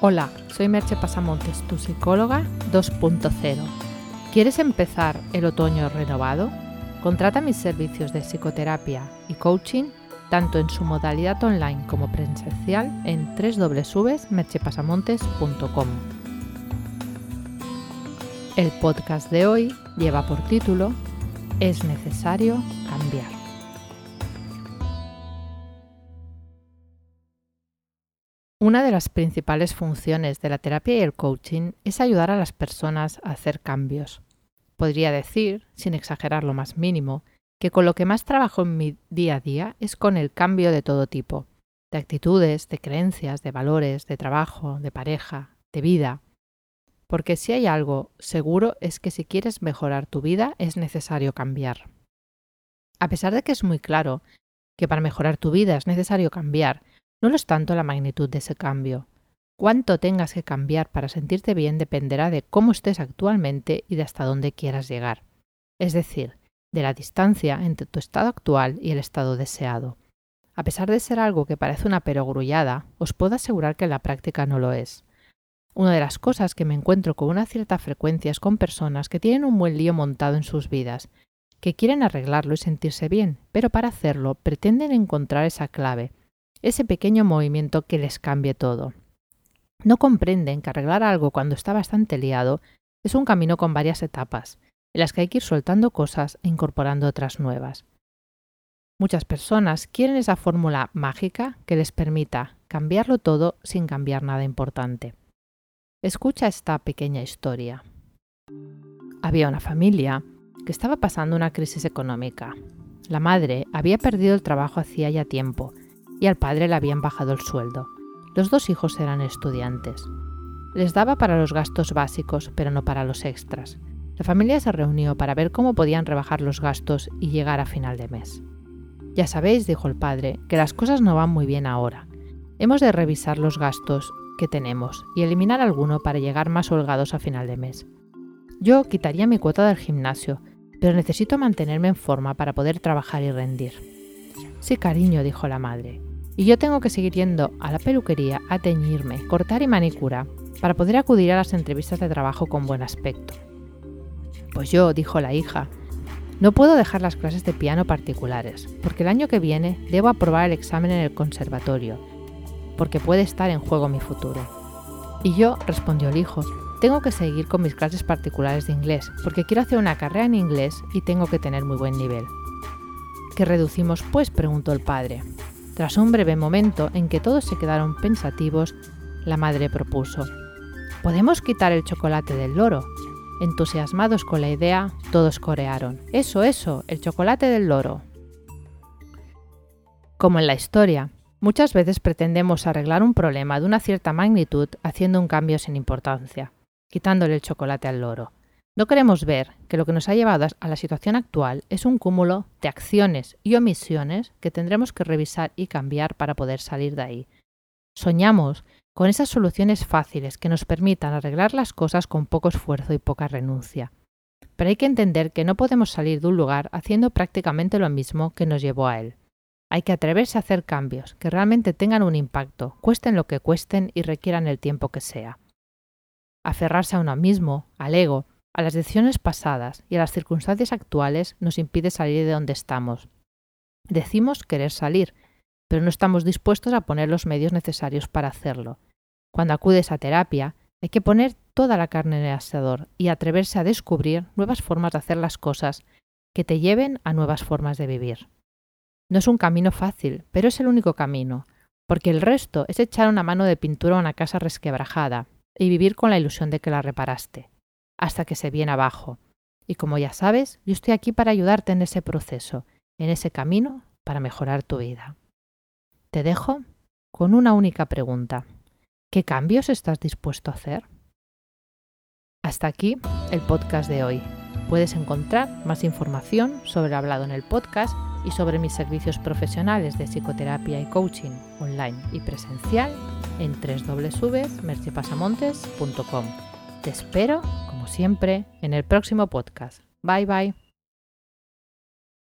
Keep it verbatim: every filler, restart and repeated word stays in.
Hola, soy Merche Pasamontes, tu psicóloga dos punto cero. ¿Quieres empezar el otoño renovado? Contrata mis servicios de psicoterapia y coaching, tanto en su modalidad online como presencial, en doble u doble u doble u punto merche pasamontes punto com. El podcast de hoy lleva por título ¿Es necesario cambiar? Una de las principales funciones de la terapia y el coaching es ayudar a las personas a hacer cambios. Podría decir, sin exagerar lo más mínimo, que con lo que más trabajo en mi día a día es con el cambio de todo tipo, de actitudes, de creencias, de valores, de trabajo, de pareja, de vida. Porque si hay algo seguro es que si quieres mejorar tu vida es necesario cambiar. A pesar de que es muy claro que para mejorar tu vida es necesario cambiar, no lo es tanto la magnitud de ese cambio. Cuánto tengas que cambiar para sentirte bien dependerá de cómo estés actualmente y de hasta dónde quieras llegar. Es decir, de la distancia entre tu estado actual y el estado deseado. A pesar de ser algo que parece una perogrullada, os puedo asegurar que en la práctica no lo es. Una de las cosas que me encuentro con una cierta frecuencia es con personas que tienen un buen lío montado en sus vidas, que quieren arreglarlo y sentirse bien, pero para hacerlo pretenden encontrar esa clave, ese pequeño movimiento que les cambie todo. No comprenden que arreglar algo cuando está bastante liado es un camino con varias etapas, en las que hay que ir soltando cosas e incorporando otras nuevas. Muchas personas quieren esa fórmula mágica que les permita cambiarlo todo sin cambiar nada importante. Escucha esta pequeña historia. Había una familia que estaba pasando una crisis económica. La madre había perdido el trabajo hacía ya tiempo y al padre le habían bajado el sueldo. Los dos hijos eran estudiantes. Les daba para los gastos básicos, pero no para los extras. La familia se reunió para ver cómo podían rebajar los gastos y llegar a final de mes. Ya sabéis, dijo el padre, que las cosas no van muy bien ahora. Hemos de revisar los gastos que tenemos y eliminar alguno para llegar más holgados a final de mes. Yo quitaría mi cuota del gimnasio, pero necesito mantenerme en forma para poder trabajar y rendir. Sí, cariño, dijo la madre. Y yo tengo que seguir yendo a la peluquería a teñirme, cortar y manicura para poder acudir a las entrevistas de trabajo con buen aspecto. Pues yo, dijo la hija, no puedo dejar las clases de piano particulares, porque el año que viene debo aprobar el examen en el conservatorio, porque puede estar en juego mi futuro. Y yo, respondió el hijo, tengo que seguir con mis clases particulares de inglés, porque quiero hacer una carrera en inglés y tengo que tener muy buen nivel. ¿Qué reducimos, pues?, preguntó el padre. Tras un breve momento en que todos se quedaron pensativos, la madre propuso: «¿Podemos quitar el chocolate del loro?» Entusiasmados con la idea, todos corearon: «Eso, eso, el chocolate del loro». Como en la historia, muchas veces pretendemos arreglar un problema de una cierta magnitud haciendo un cambio sin importancia, quitándole el chocolate al loro. No queremos ver que lo que nos ha llevado a la situación actual es un cúmulo de acciones y omisiones que tendremos que revisar y cambiar para poder salir de ahí. Soñamos con esas soluciones fáciles que nos permitan arreglar las cosas con poco esfuerzo y poca renuncia. Pero hay que entender que no podemos salir de un lugar haciendo prácticamente lo mismo que nos llevó a él. Hay que atreverse a hacer cambios que realmente tengan un impacto, cuesten lo que cuesten y requieran el tiempo que sea. Aferrarse a uno mismo, al ego, a las decisiones pasadas y a las circunstancias actuales nos impide salir de donde estamos. Decimos querer salir, pero no estamos dispuestos a poner los medios necesarios para hacerlo. Cuando acudes a terapia, hay que poner toda la carne en el asador y atreverse a descubrir nuevas formas de hacer las cosas que te lleven a nuevas formas de vivir. No es un camino fácil, pero es el único camino, porque el resto es echar una mano de pintura a una casa resquebrajada y vivir con la ilusión de que la reparaste, hasta que se viene abajo. Y como ya sabes, yo estoy aquí para ayudarte en ese proceso, en ese camino para mejorar tu vida. Te dejo con una única pregunta. ¿Qué cambios estás dispuesto a hacer? Hasta aquí el podcast de hoy. Puedes encontrar más información sobre lo hablado en el podcast y sobre mis servicios profesionales de psicoterapia y coaching online y presencial en doble u doble u doble u punto merche pasamontes punto com. Te espero, como siempre, en el próximo podcast. Bye bye.